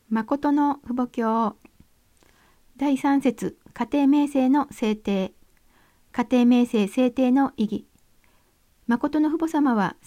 誠の父母経第3節家庭名称の制定。家庭名称制定の意義。誠の父母様は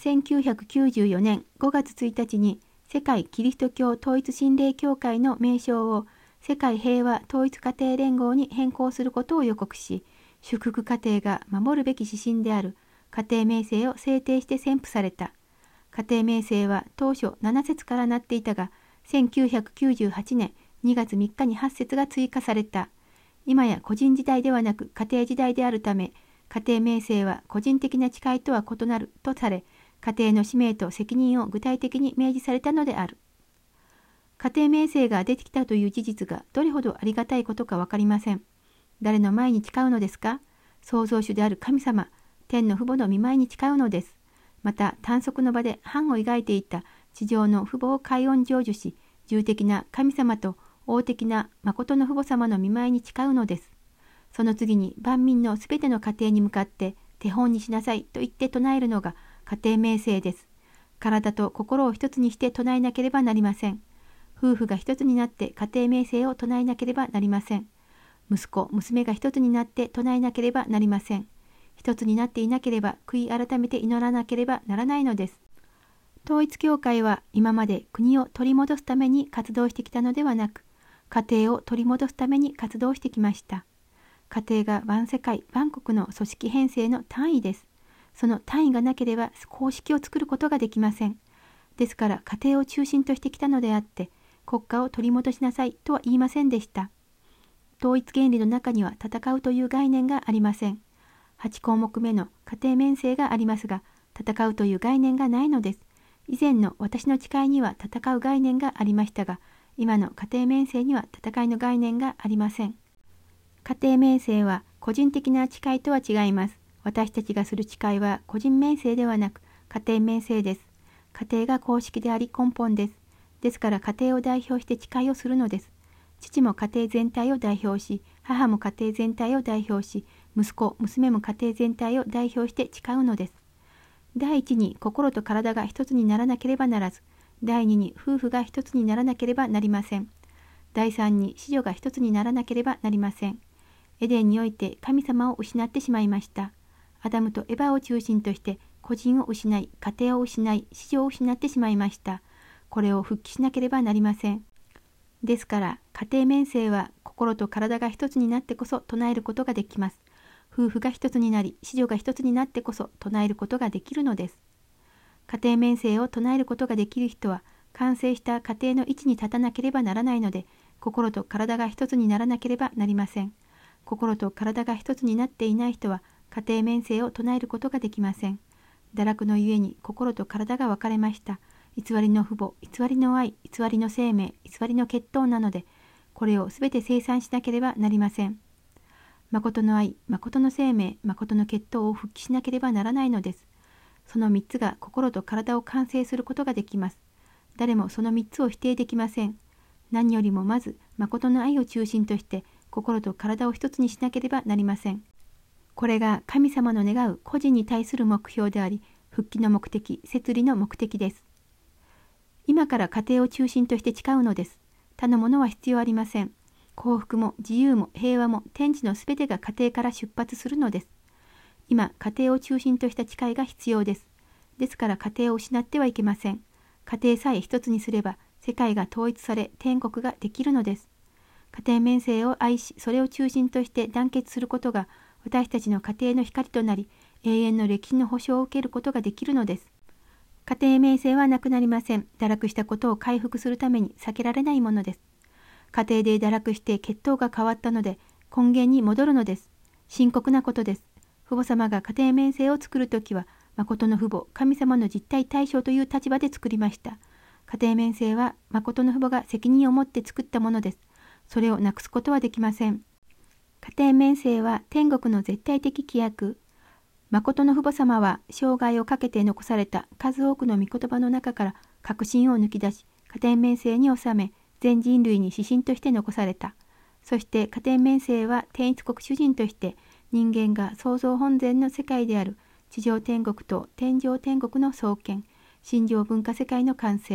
1994年5月1日に世界キリスト教統一神霊協会の名称を世界平和統一家庭連合に変更することを予告し、祝福家庭が守るべき指針である家庭名称を制定して宣布された。家庭名称は当初7節からなっていたが、1998年2月3日に8節が追加された。今や個人時代ではなく家庭時代であるため、家庭名称は個人的な誓いとは異なるとされ、家庭の使命と責任を具体的に明示されたのである。家庭名称が出てきたという事実がどれほどありがたいことかわかりません。誰の前に誓うのですか？創造主である神様、天の父母の御前に誓うのです。また、短足の場で範を描いていた地上の父母を海恩成就し、重的な神様と王的な誠の父母様の御前に誓うのです。その次に万民のすべての家庭に向かって手本にしなさいと言って唱えるのが家庭名称です。体と心を一つにして唱えなければなりません。夫婦が一つになって家庭名称を唱えなければなりません。息子、娘が一つになって唱えなければなりません。一つになっていなければ悔い改めて祈らなければならないのです。統一教会は今まで国を取り戻すために活動してきたのではなく、家庭を取り戻すために活動してきました。家庭が万世界万国の組織編成の単位です。その単位がなければ公式を作ることができません。ですから家庭を中心としてきたのであって、国家を取り戻しなさいとは言いませんでした。統一原理の中には戦うという概念がありません。8項目目の家庭名称がありますが、戦うという概念がないのです。以前の私の誓いには戦う概念がありましたが、今の家庭名称には戦いの概念がありません。家庭名称は個人的な誓いとは違います。私たちがする誓いは個人名称ではなく家庭名称です。家庭が公式であり根本です。ですから家庭を代表して誓いをするのです。父も家庭全体を代表し、母も家庭全体を代表し、息子、娘も家庭全体を代表して誓うのです。第一に心と体が一つにならなければならず、第二に夫婦が一つにならなければなりません。第三に子女が一つにならなければなりません。エデンにおいて神様を失ってしまいました。アダムとエバを中心として個人を失い、家庭を失い、子女を失ってしまいました。これを復帰しなければなりません。ですから家庭名称は心と体が一つになってこそ唱えることができます。夫婦が一つになり、子女が一つになってこそ唱えることができるのです。家庭名称を唱えることができる人は、完成した家庭の位置に立たなければならないので、心と体が一つにならなければなりません。心と体が一つになっていない人は、家庭名称を唱えることができません。堕落のゆえに心と体が分かれました。偽りの父母、偽りの愛、偽りの生命、偽りの血統なので、これをすべて清算しなければなりません。誠の愛、誠の生命、誠の血統を復帰しなければならないのです。その3つが心と体を完成することができます。誰もその3つを否定できません。何よりもまず、誠の愛を中心として、心と体を一つにしなければなりません。これが神様の願う個人に対する目標であり、復帰の目的、摂理の目的です。今から家庭を中心として誓うのです。他のものは必要ありません。幸福も自由も平和も天地のすべてが家庭から出発するのです。今、家庭を中心とした誓いが必要です。ですから家庭を失ってはいけません。家庭さえ一つにすれば、世界が統一され天国ができるのです。家庭名称を愛し、それを中心として団結することが、私たちの家庭の光となり、永遠の歴史の保証を受けることができるのです。家庭名称はなくなりません。堕落したことを回復するために避けられないものです。家庭で堕落して血統が変わったので根源に戻るのです。深刻なことです。父母様が家庭名称を作るときは、誠の父母、神様の実体対象という立場で作りました。家庭名称は誠の父母が責任を持って作ったものです。それをなくすことはできません。家庭名称は天国の絶対的規約。誠の父母様は生涯をかけて残された数多くの御言葉の中から核心を抜き出し、家庭名称に収め、全人類に指針として残された。そして家庭名称は天一国主人として人間が創造本然の世界である地上天国と天上天国の創建、心情文化世界の完成、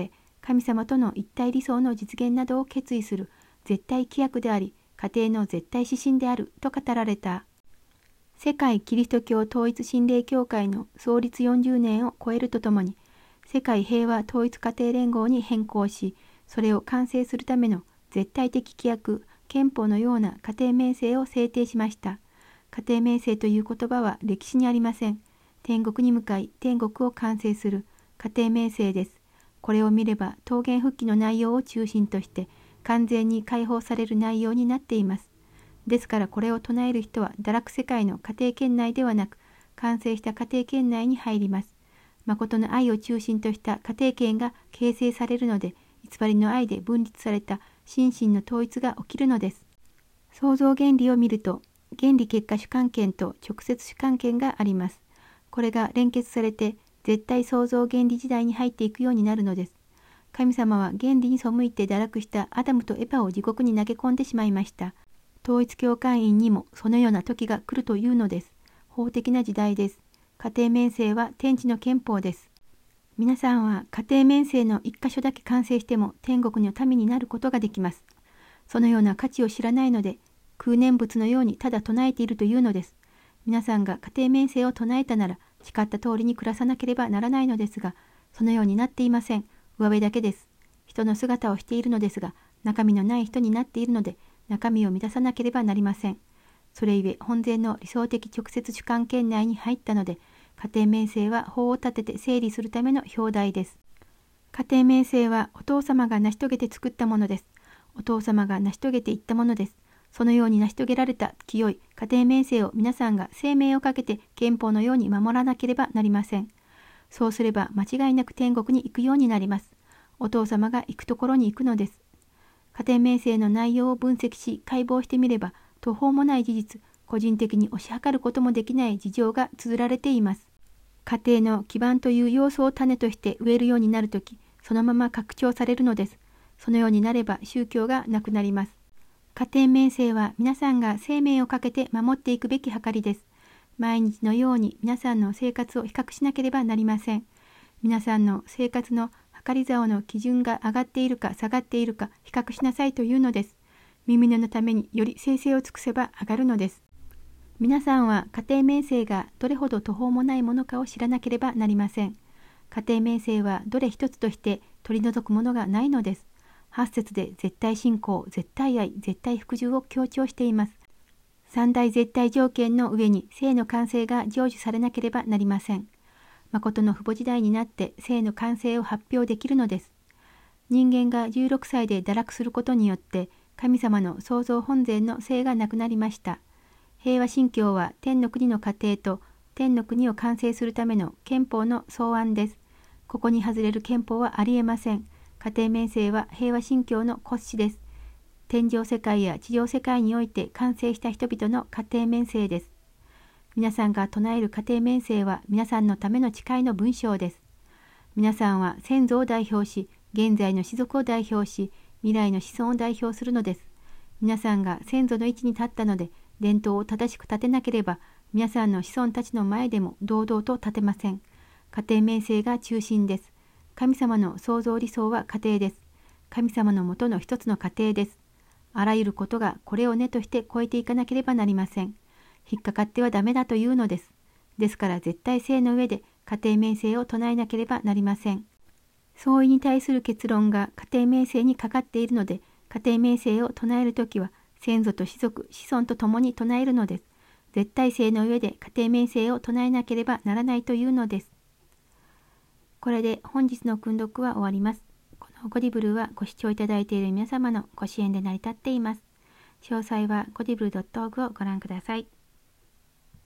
神様との一体理想の実現などを決意する絶対規約であり、家庭の絶対指針であると語られた。世界キリスト教統一神霊協会の創立40年を超えるとともに、世界平和統一家庭連合に変更し、それを完成するための絶対的規約、憲法のような家庭名制を制定しました。家庭名制という言葉は歴史にありません。天国に向かい天国を完成する家庭名制です。これを見れば桃源復帰の内容を中心として完全に解放される内容になっています。ですからこれを唱える人は堕落世界の家庭圏内ではなく、完成した家庭圏内に入ります。誠の愛を中心とした家庭圏が形成されるので、偽りの愛で分立された心身の統一が起きるのです。創造原理を見ると、原理結果主観権と直接主観権があります。これが連結されて、絶対創造原理時代に入っていくようになるのです。神様は原理に背いて堕落したアダムとエバを地獄に投げ込んでしまいました。統一教会員にもそのような時が来るというのです。法的な時代です。家庭名制は天地の憲法です。皆さんは家庭名制の一箇所だけ完成しても天国の民になることができます。そのような価値を知らないので、空念仏のようにただ唱えているというのです。皆さんが家庭名制を唱えたなら、誓った通りに暮らさなければならないのですが、そのようになっていません。上辺だけです。人の姿をしているのですが、中身のない人になっているので、中身を満たさなければなりません。それゆえ本然の理想的直接主観圏内に入ったので、家庭名制は法を立てて整理するための表題です。家庭名制はお父様が成し遂げて作ったものです。お父様が成し遂げていったものです。そのように成し遂げられた清い家庭名制を皆さんが生命をかけて憲法のように守らなければなりません。そうすれば間違いなく天国に行くようになります。お父様が行くところに行くのです。家庭名制の内容を分析し解剖してみれば、途方もない事実、個人的に推し量ることもできない事情が綴られています。家庭の基盤という要素を種として植えるようになるとき、そのまま拡張されるのです。そのようになれば宗教がなくなります。家庭名制は皆さんが生命をかけて守っていくべき計りです。毎日のように皆さんの生活を比較しなければなりません。皆さんの生活の測り竿の基準が上がっているか下がっているか比較しなさいというのです。耳のためにより精製を尽くせば上がるのです。皆さんは家庭名制がどれほど途方もないものかを知らなければなりません。家庭名制はどれ一つとして取り除くものがないのです。8節で絶対信仰、絶対愛、絶対服従を強調しています。三大絶対条件の上に性の完成が成就されなければなりません。誠の父母時代になって性の完成を発表できるのです。人間が16歳で堕落することによって神様の創造本然の性がなくなりました。平和神教は天の国の過程と天の国を完成するための憲法の草案です。ここに外れる憲法はありえません。家庭名制は平和神教の骨子です。天上世界や地上世界において完成した人々の家庭名制です。皆さんが唱える家庭名制は皆さんのための誓いの文章です。皆さんは先祖を代表し、現在の士族を代表し、未来の子孫を代表するのです。皆さんが先祖の位置に立ったので、伝統を正しく立てなければ、皆さんの子孫たちの前でも堂々と立てません。家庭名制が中心です。神様の創造理想は家庭です。神様のもとの一つの家庭です。あらゆることがこれを根として超えていかなければなりません。引っかかってはダメだというのです。ですから絶対性の上で家庭名制を唱えなければなりません。相違に対する結論が家庭名制にかかっているので、家庭名制を唱えるときは先祖と子族、子孫と共に唱えるのです。絶対性の上で家庭名制を唱えなければならないというのです。これで本日の訓読は終わります。このゴディブルはご視聴いただいている皆様のご支援で成り立っています。詳細はゴディブル.orgをご覧ください。